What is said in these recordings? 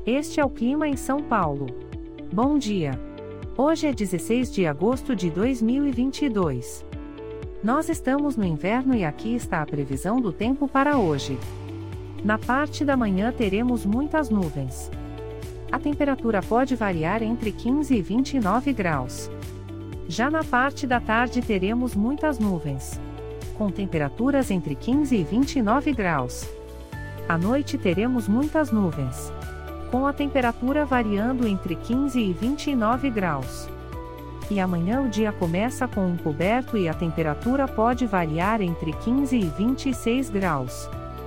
Este é o clima em São Paulo. Bom dia. Hoje é 16 de agosto de 2022. Nós estamos no inverno e aqui está a previsão do tempo para hoje. Na parte da manhã teremos muitas nuvens. A temperatura pode variar entre 15 e 29 graus. Já na parte da tarde teremos muitas nuvens, com temperaturas entre 15 e 29 graus. À noite teremos muitas nuvens, com a temperatura variando entre 15 e 29 graus. E amanhã o dia começa com encoberto e a temperatura pode variar entre 15 e 26 graus.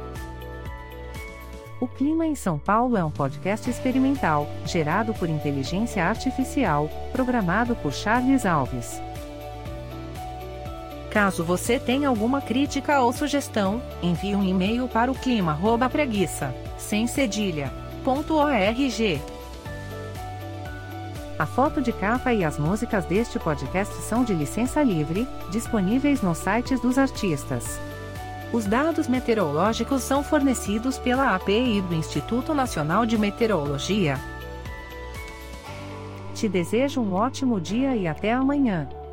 O Clima em São Paulo é um podcast experimental, gerado por inteligência artificial, programado por Charles Alves. Caso você tenha alguma crítica ou sugestão, envie um e-mail para o clima@preguiça, sem cedilha.org. A foto de capa e as músicas deste podcast são de licença livre, disponíveis nos sites dos artistas. Os dados meteorológicos são fornecidos pela API do Instituto Nacional de Meteorologia. Te desejo um ótimo dia e até amanhã.